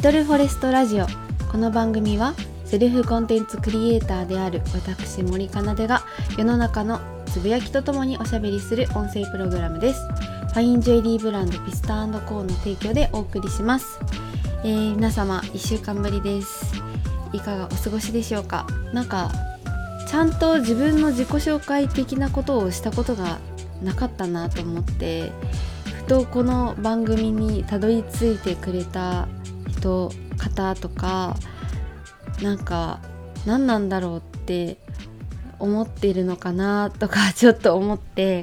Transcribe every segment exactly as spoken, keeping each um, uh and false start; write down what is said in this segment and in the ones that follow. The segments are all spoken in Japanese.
トルフォレストラジオ。この番組はセルフコンテンツクリエイターである私森かなでが世の中のつぶやきとともにおしゃべりする音声プログラムです。ファインジュエリーブランドピスタ&コーの提供でお送りします。えー、皆様いっしゅうかんぶりです。いかがお過ごしでしょうか。なんかちゃんと自分の自己紹介的なことをしたことがなかったなと思って、ふとこの番組にたどり着いてくれた人方とか、なんか何なんだろうって思っているのかなとかちょっと思って、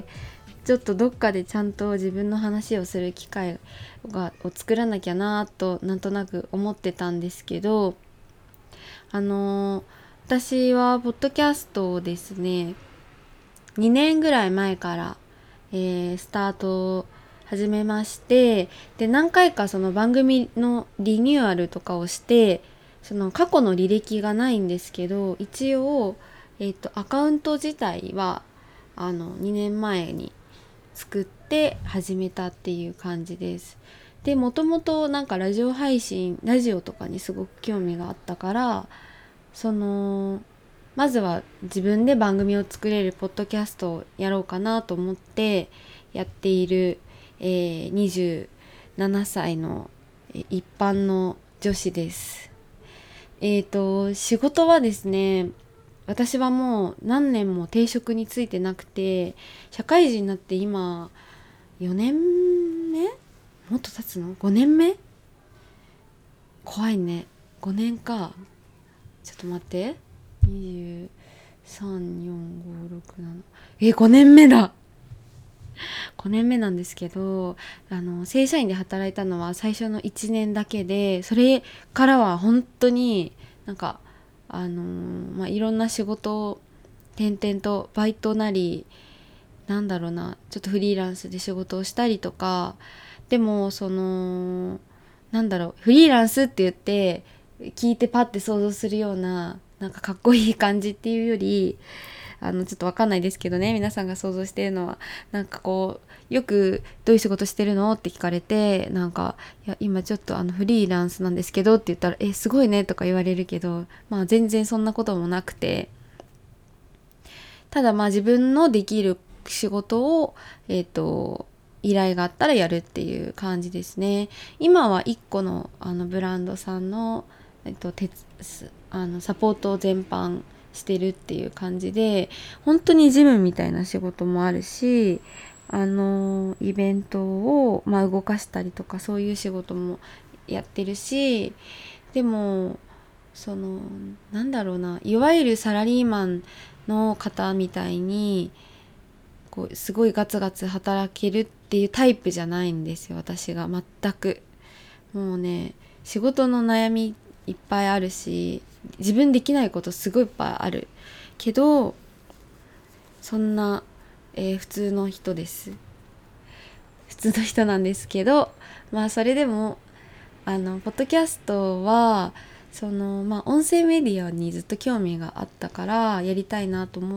ちょっとどっかでちゃんと自分の話をする機会がを作らなきゃなとなんとなく思ってたんですけど、あのー、私はポッドキャストをですねにねんぐらい前から、えー、スタートを始めまして、で何回かその番組のリニューアルとかをして、その過去の履歴がないんですけど、一応、えーと、アカウント自体はあのにねんまえに作って始めたっていう感じです。でもともとなんかラジオ配信ラジオとかにすごく興味があったから、そのまずは自分で番組を作れるポッドキャストをやろうかなと思ってやっている、えー、にじゅうななさいの一般の女子です。えーと仕事はですね、私はもう何年も定職についてなくて、社会人になって今よねんめ、もっと経つの ご 年目、怖いね。ごねんか。ちょっと待って、にじゅうさん、よん、ご、ろく、なな、えごねんめだ。ごねんめなんですけど、あの正社員で働いたのは最初のいちねんだけで、それからは本当になんかあのー、まあいろんな仕事を転々とバイトなり、なんだろうな、ちょっとフリーランスで仕事をしたりとか。でもそのなんだろう、フリーランスって言って聞いてパッて想像するようななんかかっこいい感じっていうより、あのちょっとわかんないですけどね、皆さんが想像しているのはなんかこう、よくどういう仕事してるのって聞かれて、なんかいや今ちょっとあのフリーランスなんですけどって言ったら、えすごいねとか言われるけど、まあ全然そんなこともなくて、ただまあ自分のできる仕事をえっと依頼があったらやるっていう感じですね。今はいっこのあのブランドさんの、えっと、鉄あのサポートを全般してるっていう感じで、本当にジムみたいな仕事もあるし、あのイベントを、まあ、動かしたりとかそういう仕事もやってるし、でもそのなんだろうな、いわゆるサラリーマンの方みたいにこうすごいガツガツ働けるっていうタイプじゃないんですよ、私が。全くもうね、仕事の悩みいっぱいあるし、自分できないことすごいいっぱいあるけど、そんな、えー普通の人です。普通の人なんですけど、まあそれでもあのポッドキャストはそのまあ音声メディアにずっと興味があったからやりたいなと思って、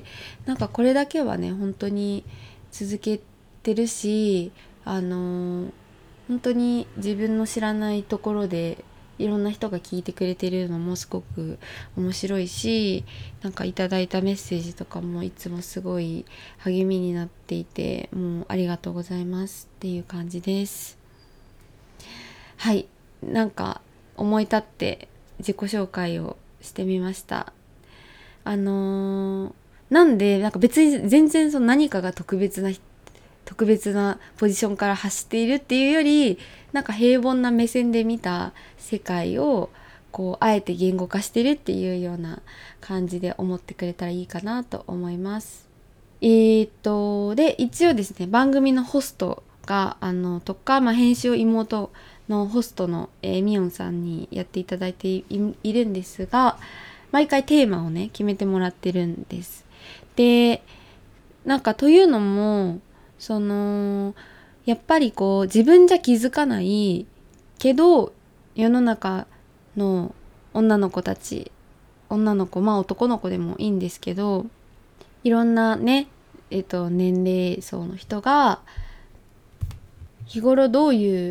なんかこれだけはね本当に続けてるし、あの本当に自分の知らないところでいろんな人が聞いてくれてるのもすごく面白いし、なんかいただいたメッセージとかもいつもすごい励みになっていて、もうありがとうございますっていう感じです。はい、なんか思い立って自己紹介をしてみました。あのー、なんでなんか別に全然その何かが特別な特別なポジションから発しているっていうより、なんか平凡な目線で見た世界をこうあえて言語化してるっていうような感じで思ってくれたらいいかなと思います。えー、っとで一応ですね、番組のホストがあのとか、まあ、編集を妹のホストの、えー、ミヨンさんにやっていただいて い, いるんですが、毎回テーマをね決めてもらってるんです。でなんかというのも、そのやっぱりこう自分じゃ気づかないけど、世の中の女の子たち、女の子、まあ男の子でもいいんですけど、いろんなね、えっと年齢層の人が日頃どういう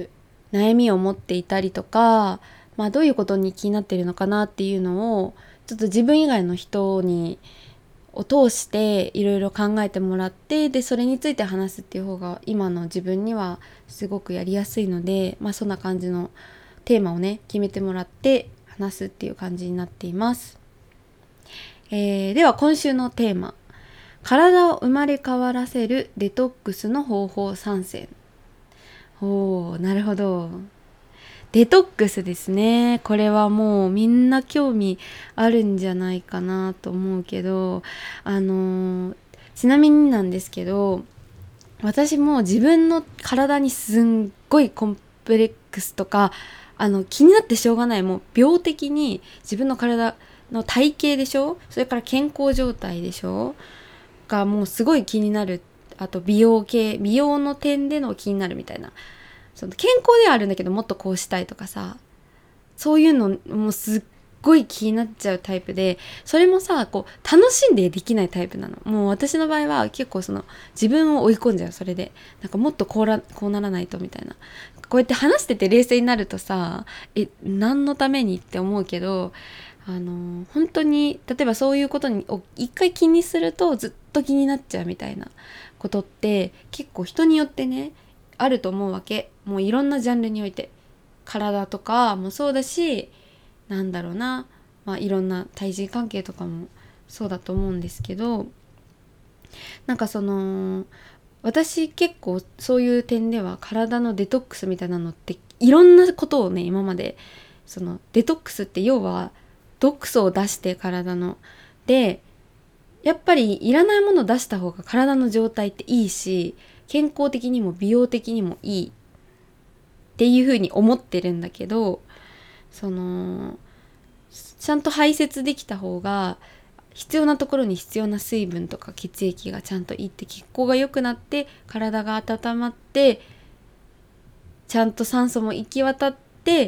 悩みを持っていたりとか、まあ、どういうことに気になってるのかなっていうのをちょっと自分以外の人にを通していろいろ考えてもらって、でそれについて話すっていう方が今の自分にはすごくやりやすいので、まあ、そんな感じのテーマをね決めてもらって話すっていう感じになっています。えー、では今週のテーマ、体を生まれ変わらせるデトックスの方法さん選。おー、なるほど。デトックスですね。これはもうみんな興味あるんじゃないかなと思うけど、あのー、ちなみになんですけど、私も自分の体にすんごいコンプレックスとか、あの気になってしょうがない、もう病的に自分の体の体型でしょ、それから健康状態でしょがもうすごい気になる。あと美容系、美容の点での気になるみたいな、その健康ではあるんだけどもっとこうしたいとかさ、そういうのもうすっごい気になっちゃうタイプで、それもさこう楽しんでできないタイプなの。もう私の場合は結構その自分を追い込んじゃう。それでなんかもっとこうらこうならないとみたいな、こうやって話してて冷静になるとさ、え何のためにって思うけど、あの本当に例えばそういうことに一回気にするとずっと気になっちゃうみたいなことって結構人によってねあると思うわけ。もういろんなジャンルにおいて、体とかもそうだし、なんだろうな、まあいろんな対人関係とかもそうだと思うんですけど、なんかその私結構そういう点では体のデトックスみたいなのっていろんなことをね今まで、そのデトックスって要は毒素を出して体ので、やっぱりいらないものを出した方が体の状態っていいし、健康的にも美容的にもいいっていう風に思ってるんだけど、そのちゃんと排泄できた方が必要なところに必要な水分とか血液がちゃんといって血行が良くなって体が温まってちゃんと酸素も行き渡って、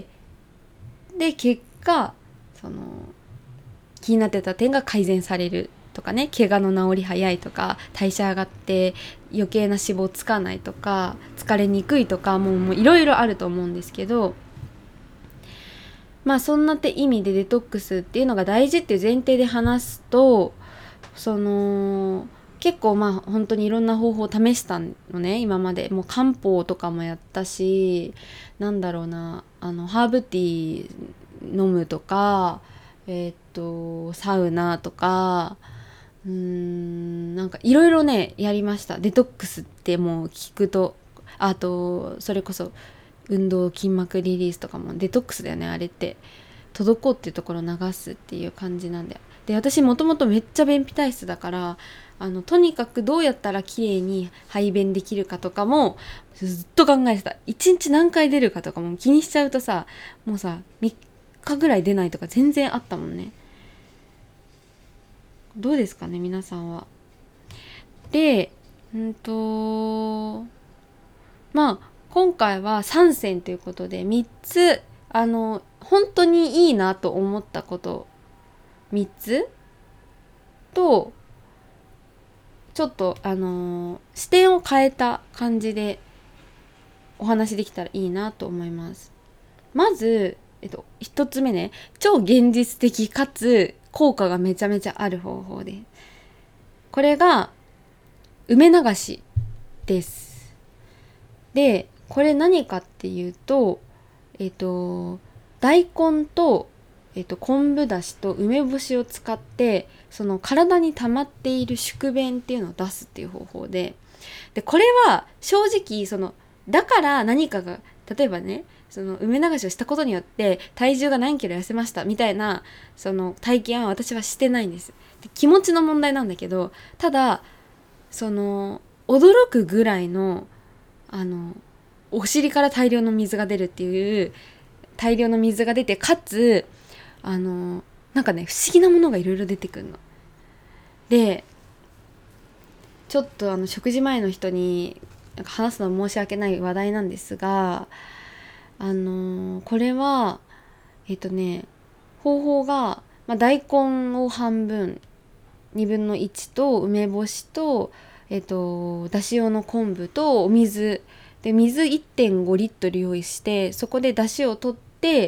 で結果その気になってた点が改善されるとかね、怪我の治り早いとか代謝上がって余計な脂肪つかないとか疲れにくいとか、もういろいろあると思うんですけど、まあそんなって意味でデトックスっていうのが大事っていう前提で話すと、その結構まあ本当にいろんな方法を試したのね今まで。もう漢方とかもやったし、なんだろうな、あのハーブティー飲むとか、えーっとサウナとか、うーんなんかいろいろねやりました。デトックスってもう聞くと、あとそれこそ運動筋膜リリースとかもデトックスだよねあれって。滞っていうところを流すっていう感じなんだよ。で私もともとめっちゃ便秘体質だから、あのとにかくどうやったら綺麗に排便できるかとかもずっと考えてた。いちにち何回出るかとかも気にしちゃうとさ、もうさみっかぐらい出ないとか全然あったもんね。どうですかね皆さんは。でうんとまあ今回はさん選ということでみっつ、あの本当にいいなと思ったことみっつと、ちょっとあのー視点を変えた感じでお話できたらいいなと思います。まず、えっと、ひとつめね、超現実的かつ効果がめちゃめちゃある方法で、これが梅流しです。でこれ何かっていうと、えっと大根と、えっと、昆布だしと梅干しを使ってその体に溜まっている宿便っていうのを出すっていう方法で、でこれは正直そのだから何かが、例えばねその梅流しをしたことによって体重が何キロ痩せましたみたいなその体験は私はしてないんです。で気持ちの問題なんだけど、ただその驚くぐらいのあのお尻から大量の水が出るっていう、大量の水が出てかつあのなんかね不思議なものがいろいろ出てくるので、ちょっとあの食事前の人になんか話すのは申し訳ない話題なんですが、あのこれはえっとね方法が、まあ、大根を半分にぶんのいちと梅干しとえっとだし用の昆布とお水で水 いってんごリットル用意して、そこで出汁を取って、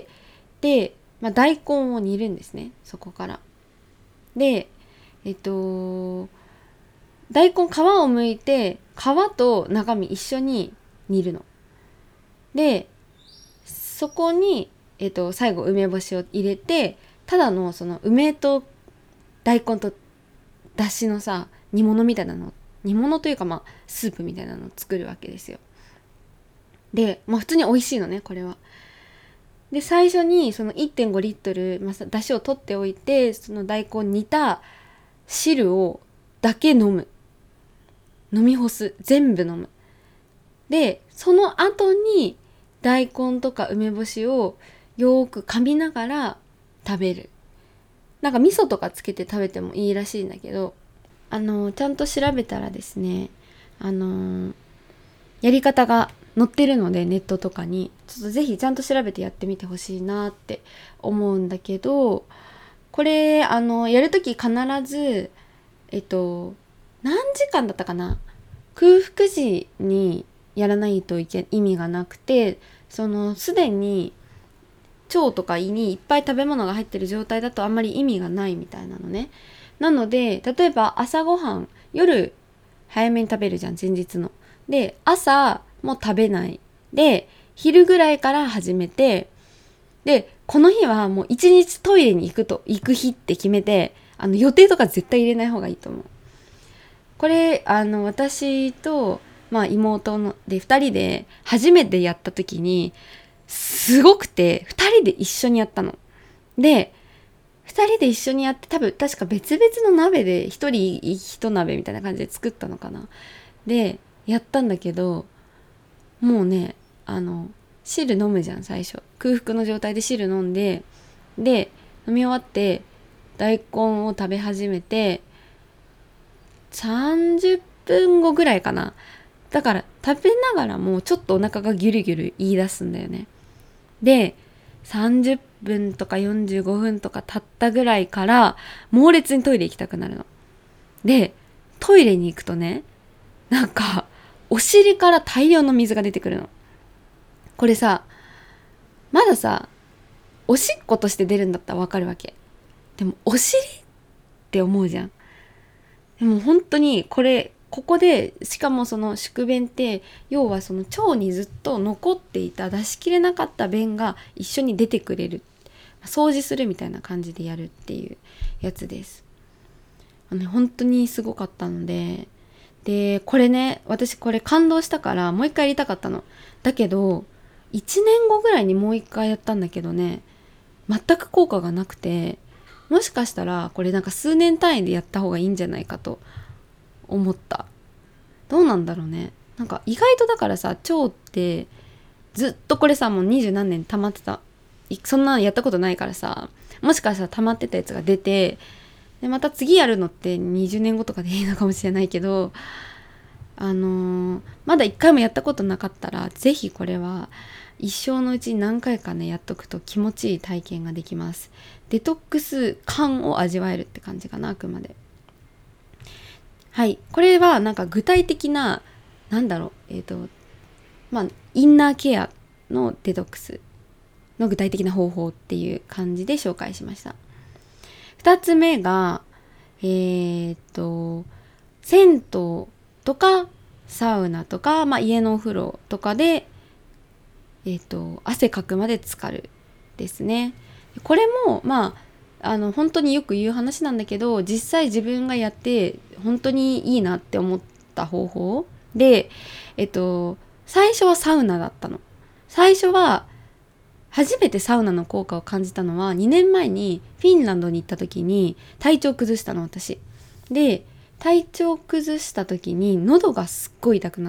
で、まあ、大根を煮るんですね。そこからでえっと大根皮を剥いて、皮と中身一緒に煮るので、そこに、えっと、最後梅干しを入れて、ただのその梅と大根とだしのさ煮物みたいなの、煮物というかまあスープみたいなのを作るわけですよ。で、まあ普通に美味しいのね、これは。で、最初にその いってんごリットル、まあ、だしを取っておいて、その大根煮た汁をだけ飲む。飲み干す。全部飲む。で、その後に大根とか梅干しをよーく噛みながら食べる。なんか味噌とかつけて食べてもいいらしいんだけど、あのちゃんと調べたらですね、あのやり方が載ってるので、ネットとかにちょっとぜひちゃんと調べてやってみてほしいなって思うんだけど、これあのやるとき必ずえっと何時間だったかな、空腹時にやらないといけ意味がなくて、そのすでに腸とか胃にいっぱい食べ物が入ってる状態だとあんまり意味がないみたいなのね。なので例えば朝ごはん、夜早めに食べるじゃん、前日の。で、朝もう食べないで、昼ぐらいから始めて、でこの日はもう一日トイレに行くと行く日って決めて、あの予定とか絶対入れない方がいいと思う。これあの私と、まあ、妹のでふたりで初めてやった時にすごくて、ふたりで一緒にやったので、ふたりで一緒にやって、多分確か別々の鍋でひとりいち鍋みたいな感じで作ったのかな。でやったんだけど、もうね、あの汁飲むじゃん、最初空腹の状態で汁飲んで、で飲み終わって大根を食べ始めてさんじゅっぷんごぐらいかな。だから食べながらもちょっとお腹がギュルギュル言い出すんだよね。でさんじゅっぷんとかよんじゅうごふんとか経ったぐらいから猛烈にトイレ行きたくなるので、トイレに行くとね、なんかお尻から大量の水が出てくるの。これさ、まださおしっことして出るんだったらわかるわけ。でもお尻って思うじゃん。でも本当にこれ、ここでしかもその宿便って、要はその腸にずっと残っていた出し切れなかった便が一緒に出てくれる、掃除するみたいな感じでやるっていうやつです。あの本当にすごかったので、でこれね、私これ感動したからもう一回やりたかったの。だけどいちねんごぐらいにもう一回やったんだけどね、全く効果がなくて、もしかしたらこれなんか数年単位でやった方がいいんじゃないかと思った。どうなんだろうね。なんか意外とだからさ、腸ってずっとこれさ、もう二十何年溜まってた、そんなのやったことないからさ、もしかしたら溜まってたやつが出て、でまた次やるのってにじゅうねんごとかでいいのかもしれないけど、あのー、まだいっかいもやったことなかったら、ぜひこれは一生のうちに何回かねやっとくと気持ちいい体験ができます。デトックス感を味わえるって感じかな、あくまで。はい、これはなんか具体的な、なんだろう、えっとまあインナーケアのデトックスの具体的な方法っていう感じで紹介しました。ふたつめがえっと銭湯とかサウナとか、まあ、家のお風呂とかで、えっと汗かくまで浸かるですね。これもまああの本当によく言う話なんだけど、実際自分がやって本当にいいなって思った方法で、えっと最初はサウナだったの。最初は初めてサウナの効果を感じたのはにねんまえにフィンランドに行った時に体調崩したの、私。で体調崩した時に喉がすっごい痛くなって、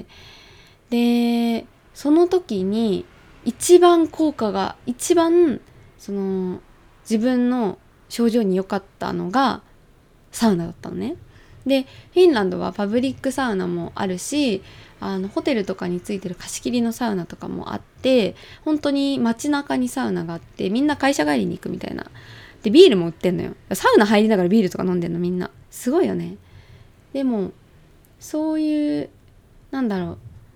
でその時に一番効果が一番その自分の症状に良かったのがサウナだったのね。でフィンランドはパブリックサウナもあるし、あのホテルとかについてる貸し切りのサウナとかもあって、本当に街中にサウナがあって、みんな会社帰りに行くみたいな。でビールも売ってんのよ。サウナ入りながらビールとか飲んでんの、みんな。すごいよね。でもそういう、なんだろう、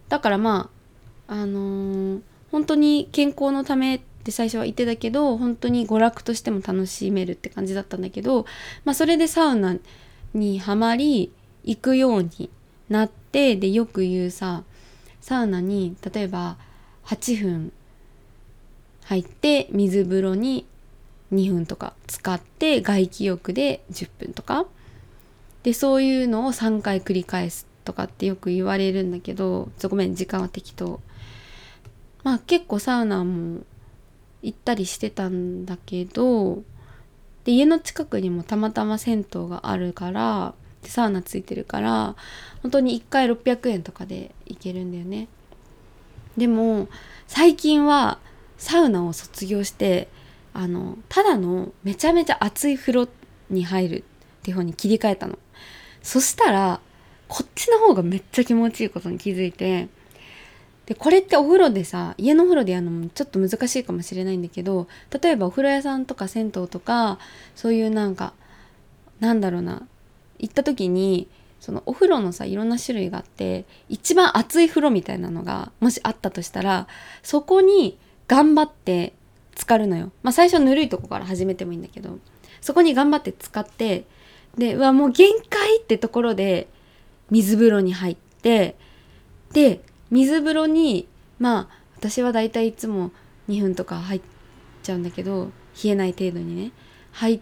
だからまああのー、本当に健康のためって最初は言ってたけど、本当に娯楽としても楽しめるって感じだったんだけど、まあそれでサウナにはまり行くようになって、でよく言うさ、サウナに例えばはちふん入って水風呂ににふんとか使って外気浴でじゅっぷんとかで、そういうのをさんかい繰り返すとかってよく言われるんだけど、ごめん時間は適当。まあ結構サウナも行ったりしてたんだけど、で家の近くにもたまたま銭湯があるから、でサウナついてるから本当にいっかいろっぴゃくえんとかで行けるんだよね。でも最近はサウナを卒業してあのただのめちゃめちゃ熱い風呂に入るっていう方に切り替えたの。そしたらこっちの方がめっちゃ気持ちいいことに気づいて、でこれってお風呂でさ、家のお風呂でやるのもちょっと難しいかもしれないんだけど、例えばお風呂屋さんとか銭湯とかそういうなんかなんだろうな、行った時にそのお風呂のさいろんな種類があって、一番熱い風呂みたいなのがもしあったとしたら、そこに頑張って浸かるのよ。まあ最初ぬるいとこから始めてもいいんだけど、そこに頑張って浸かって、でうわもう限界ってところで水風呂に入って、で水風呂にまあ私はだいたいいつもにふんとか入っちゃうんだけど、冷えない程度にね入って、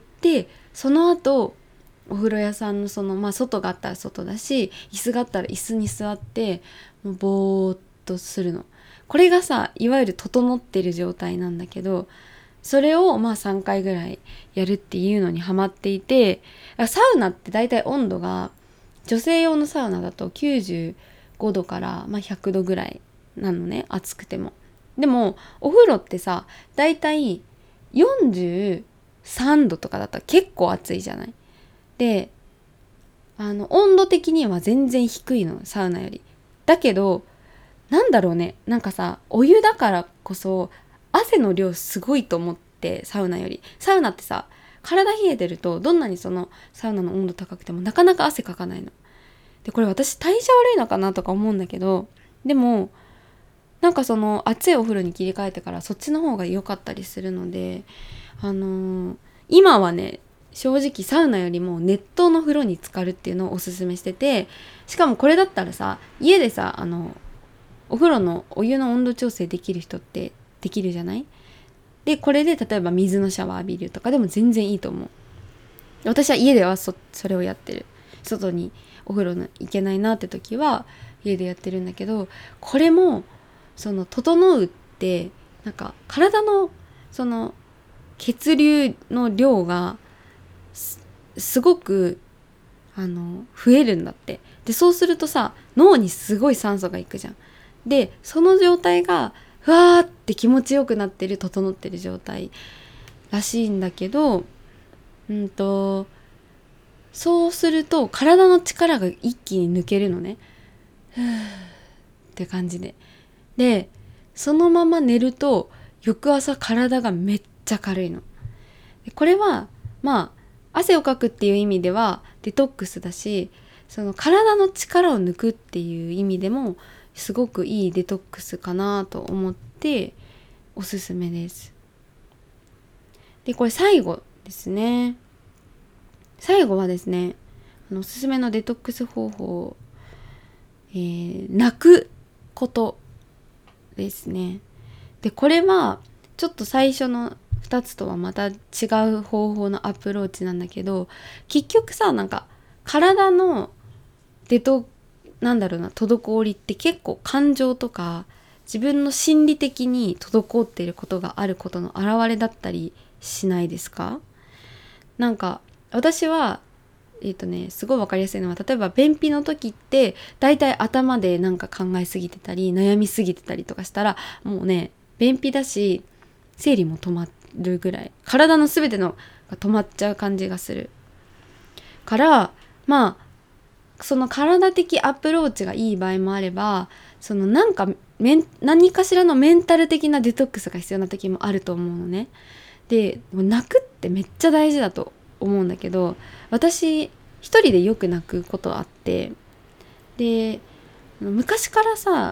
その後お風呂屋さんのそのまあ外があったら外だし、椅子があったら椅子に座ってもうぼーっとするの。これがさいわゆる整ってる状態なんだけど、それをまあさんかいぐらいやるっていうのにハマっていて、サウナってだいたい温度が女性用のサウナだときゅうじゅうごどからまあひゃくどぐらいなのね、暑くても。でもお風呂ってさだいたいよんじゅうさんどとかだったら結構暑いじゃない。であの温度的には全然低いの、サウナより。だけどなんだろうね、なんかさお湯だからこそ汗の量すごいと思って、サウナより。サウナってさ体冷えてるとどんなにそのサウナの温度高くてもなかなか汗かかないので、これ私代謝悪いのかなとか思うんだけど、でもなんかその熱いお風呂に切り替えてからそっちの方が良かったりするので、あのー、今はね正直サウナよりも熱湯の風呂に浸かるっていうのをおすすめしてて、しかもこれだったらさ家でさあのお風呂のお湯の温度調整できる人ってできるじゃない。でこれで例えば水のシャワー浴びるとかでも全然いいと思う。私は家では そ, それをやってる。外にお風呂の行けないなって時は家でやってるんだけど、これもその整うってなんか体のその血流の量が す, すごくあの増えるんだって。でそうするとさ脳にすごい酸素がいくじゃん。でその状態がふわーって気持ちよくなってる整ってる状態らしいんだけど、うんとそうすると体の力が一気に抜けるのね。ふーって感じで。でそのまま寝ると翌朝体がめっちゃ軽いの。でこれはまあ汗をかくっていう意味ではデトックスだし、その体の力を抜くっていう意味でもすごくいいデトックスかなと思っておすすめです。でこれ最後ですね。最後はですね、あのおすすめのデトックス方法、えー、泣くことですね。でこれはちょっと最初のふたつとはまた違う方法のアプローチなんだけど、結局さなんか体のデトなんだろうな滞りって結構感情とか自分の心理的に滞っていることがあることの表れだったりしないですか。なんか私はえっとねすごい分かりやすいのは、例えば便秘の時ってだいたい頭でなんか考えすぎてたり悩みすぎてたりとかしたらもうね便秘だし生理も止まるぐらい体の全てのが止まっちゃう感じがするから、まあその体的アプローチがいい場合もあれば、そのなんかメン何かしらのメンタル的なデトックスが必要な時もあると思うのね。で泣くってめっちゃ大事だと思うんだけど、私一人でよく泣くことあって、で昔からさ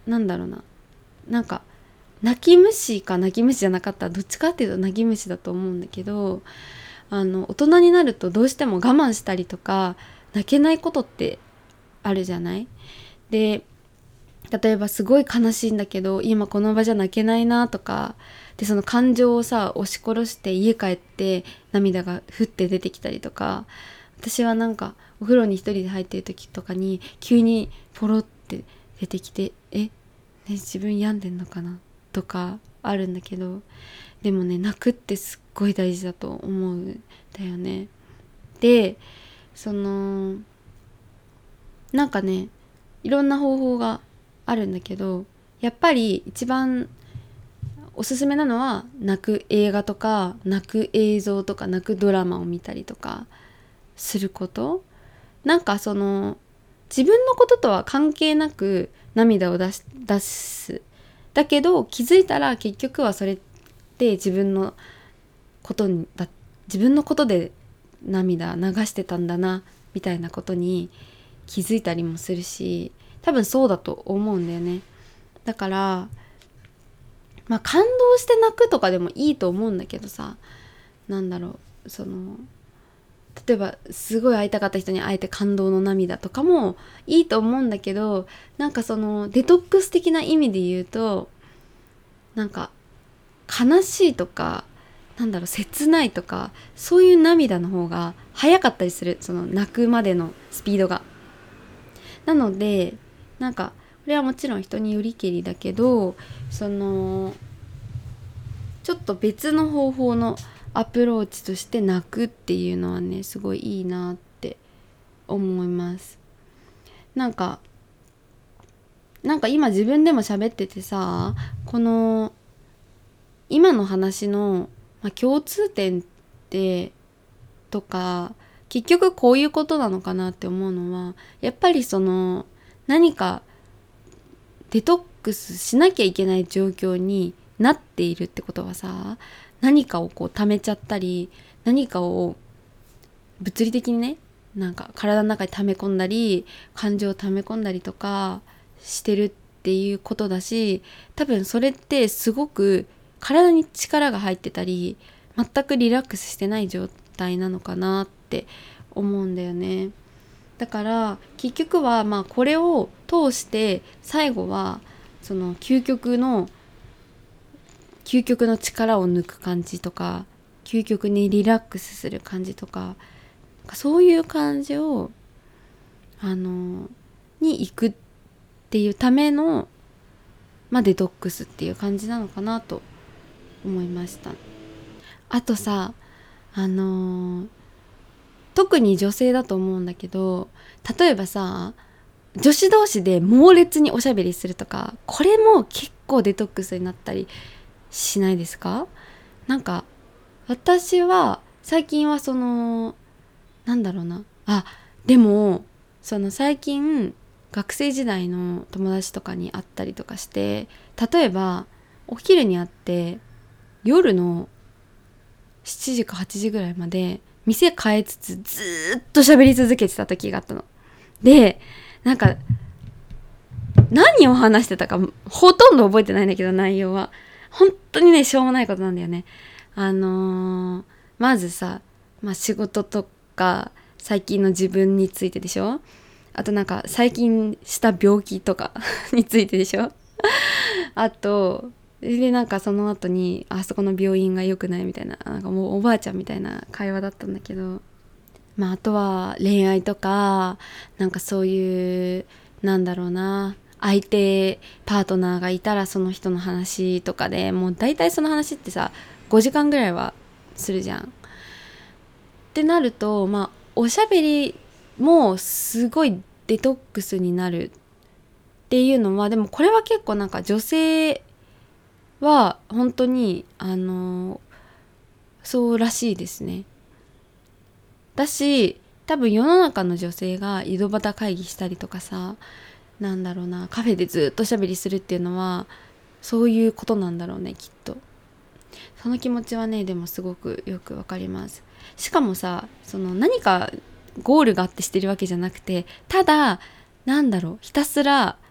なんだろうななんか泣き虫か泣き虫じゃなかったらどっちかっていうと泣き虫だと思うんだけど、あの大人になるとどうしても我慢したりとか泣けないことってあるじゃない。で例えばすごい悲しいんだけど今この場じゃ泣けないなとかで、その感情をさ押し殺して家帰って涙がふって出てきたりとか、私はなんかお風呂に一人で入ってる時とかに急にポロって出てきて、え、ね、自分病んでんのかなとかあるんだけど、でもね泣くってすっごい大事だと思うんだよね。でそのなんかねいろんな方法があるんだけど、やっぱり一番おすすめなのは泣く映画とか泣く映像とか泣くドラマを見たりとかすること。なんかその自分のこととは関係なく涙を出し、出すだけど気づいたら結局はそれって自分のことにだ自分のことで涙流してたんだなみたいなことに気づいたりもするし、多分そうだと思うんだよね。だからまあ感動して泣くとかでもいいと思うんだけどさ、なんだろうその例えばすごい会いたかった人に会えて感動の涙とかもいいと思うんだけど、なんかそのデトックス的な意味で言うとなんか悲しいとかなんだろう切ないとかそういう涙の方が早かったりする、その泣くまでのスピードが。なのでなんかこれはもちろん人によりけりだけど、そのちょっと別の方法のアプローチとして泣くっていうのはねすごいいいなって思います。なんかなんか今自分でも喋っててさ、この今の話の、まあ、共通点ってとか結局こういうことなのかなって思うのは、やっぱりその何かデトックスしなきゃいけない状況になっているってことはさ、何かをこう溜めちゃったり何かを物理的にねなんか体の中に溜め込んだり感情を溜め込んだりとかしてるっていうことだし、多分それってすごく体に力が入ってたり全くリラックスしてない状態なのかなって思うんだよね。だから結局はまあこれを通して最後はその究極の究極の力を抜く感じとか究極にリラックスする感じとかそういう感じをあのに行くっていうためのまあデトックスっていう感じなのかなと思いました。あとさあのー、特に女性だと思うんだけど、例えばさ女子同士で猛烈におしゃべりするとか、これも結構デトックスになったりしないですか？なんか私は最近はそのなんだろうなあでもその最近学生時代の友達とかに会ったりとかして、例えばお昼に会って夜のしちじかはちじぐらいまで店変えつつずーっと喋り続けてた時があったの。でなんか何を話してたかほとんど覚えてないんだけど、内容は本当にねしょうもないことなんだよね。あのー、まずさ、まあ、仕事とか最近の自分についてでしょ。あとなんか最近した病気とかについてでしょ。あとでなんかその後にあそこの病院が良くないみたいな、なんかもうおばあちゃんみたいな会話だったんだけど、まああとは恋愛とかなんかそういうなんだろうな相手パートナーがいたらその人の話とかでもう大体その話ってさごじかんぐらいはするじゃん。ってなるとまあおしゃべりもすごいデトックスになるっていうのは、でもこれは結構なんか女性は本当にあのそうらしいですね。だし多分世の中の女性が井戸端会議したりとかさ、なんだろうなカフェでずっとおしゃべりするっていうのはそういうことなんだろうねきっと。その気持ちはねでもすごくよくわかります。しかもさその何かゴールがあってしてるわけじゃなくて、ただなんだろうひたすら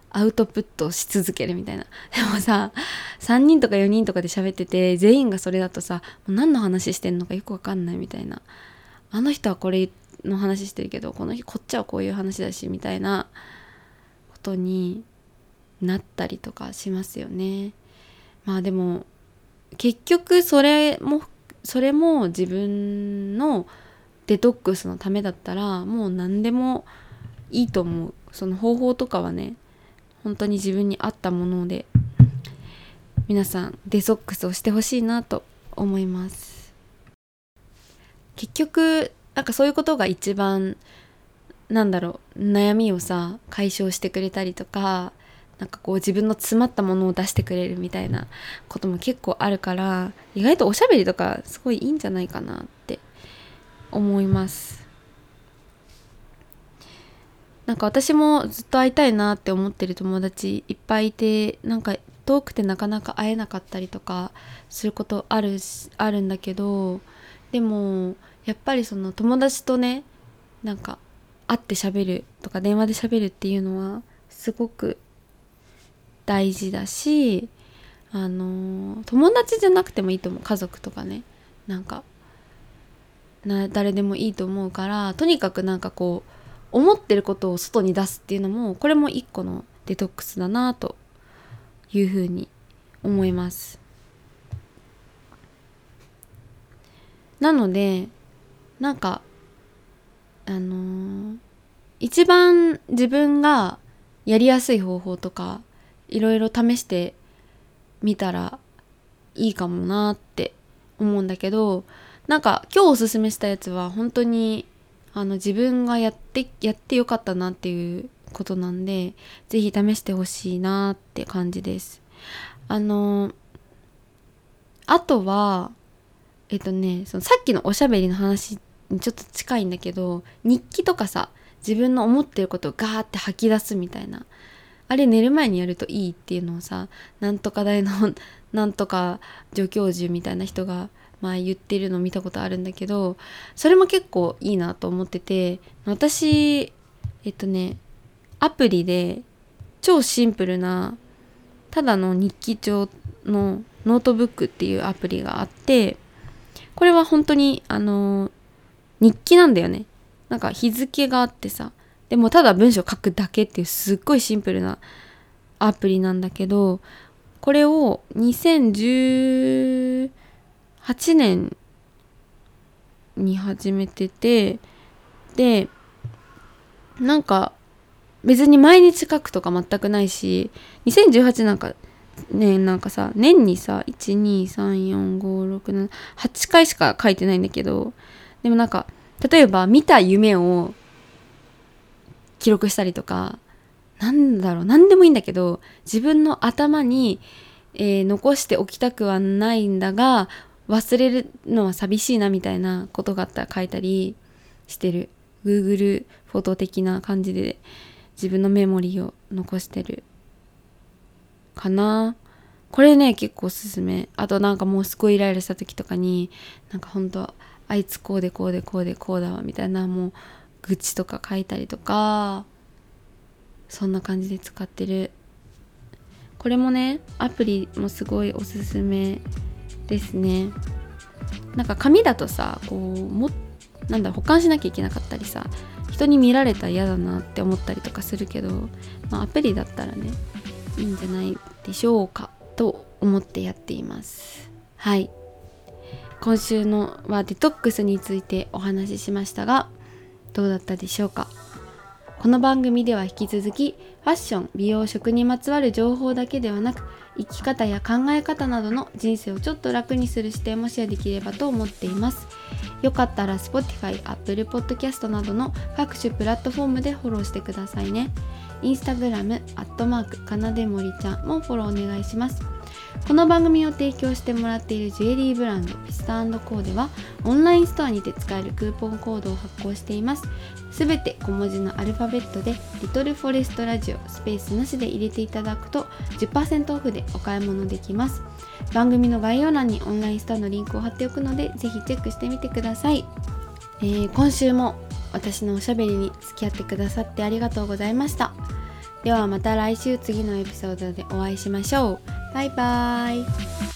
アウトプットし続けるみたいな。でもさ、さんにんとかよにんとかで喋ってて全員がそれだとさ、もう何の話してんのかよくわかんないみたいな。あの人はこれの話してるけどこの日こっちはこういう話だしみたいなことになったりとかしますよね。まあでも結局それもそれも自分のデトックスのためだったらもう何でもいいと思う。その方法とかはね、本当に自分に合ったもので皆さんデトックスをしてほしいなと思います。結局なんかそういうことが一番なんだろう、悩みをさ解消してくれたりとか、なんかこう自分の詰まったものを出してくれるみたいなことも結構あるから、意外とおしゃべりとかすごいいいんじゃないかなって思います。なんか私もずっと会いたいなって思ってる友達いっぱいいて、なんか遠くてなかなか会えなかったりとかすることあるあるんだけど、でもやっぱりその友達とね、なんか会って喋るとか電話で喋るっていうのはすごく大事だし、あの友達じゃなくてもいいと思う。家族とかね、なんかな誰でもいいと思うから、とにかくなんかこう思ってることを外に出すっていうのも、これも一個のデトックスだなというふうに思います。なのでなんかあのー、一番自分がやりやすい方法とかいろいろ試してみたらいいかもなって思うんだけど、なんか今日おすすめしたやつは本当にあの自分がやってやってよかったなっていうことなんで、ぜひ試してほしいなって感じです。あのあとはえっとねそのさっきのおしゃべりの話にちょっと近いんだけど、日記とかさ、自分の思ってることをガーって吐き出すみたいな、あれ寝る前にやるといいっていうのをさ、なんとか大のなんとか助教授みたいな人がまあ言ってるのを見たことあるんだけど、それも結構いいなと思ってて、私えっとねアプリで超シンプルなただの日記帳のノートブックっていうアプリがあって、これは本当にあの日記なんだよね。なんか日付があってさ、でもただ文章書くだけっていうすっごいシンプルなアプリなんだけど、これをにせんじゅうはちねんに始めてて、でなんか別に毎日書くとか全くないし、にせんじゅうはちなんかね、なんかさ年にさいちにさんよんごろくななはちかいしか書いてないんだけど、でもなんか例えば見た夢を記録したりとか、なんだろう、なんでもいいんだけど、自分の頭に、えー、残しておきたくはないんだが忘れるのは寂しいなみたいなことがあったら書いたりしてる。 Google フォト的な感じで自分のメモリーを残してるかな。これね結構おすすめ。あとなんかもうすごいイライラした時とかに、なんかほんとあいつこうでこうでこうでこうだわみたいな、もう愚痴とか書いたりとか、そんな感じで使ってる。これもねアプリもすごいおすすめですね。なんか紙だとさ、こうもなんだ保管しなきゃいけなかったりさ、人に見られたら嫌だなって思ったりとかするけど、まあ、アプリだったらねいいんじゃないでしょうかと思ってやっています。はい、今週のはデトックスについてお話ししましたが、どうだったでしょうか。この番組では引き続きファッション、美容、食にまつわる情報だけではなく、生き方や考え方などの人生をちょっと楽にする視点もシェアできればと思っています。よかったら Spotify、Apple Podcast などの各種プラットフォームでフォローしてくださいね。インスタグラム、アットマーク、かなでもりちゃんもフォローお願いします。この番組を提供してもらっているジュエリーブランドピスタ&コーではオンラインストアにて使えるクーポンコードを発行しています。すべて小文字のアルファベットでリトルフォレストラジオスペースなしで入れていただくと じゅっパーセント オフでお買い物できます。番組の概要欄にオンラインストアのリンクを貼っておくのでぜひチェックしてみてください。えー、今週も私のおしゃべりに付き合ってくださってありがとうございました。 ではまた来週次のエピソードでお会いしましょう。バイバイ。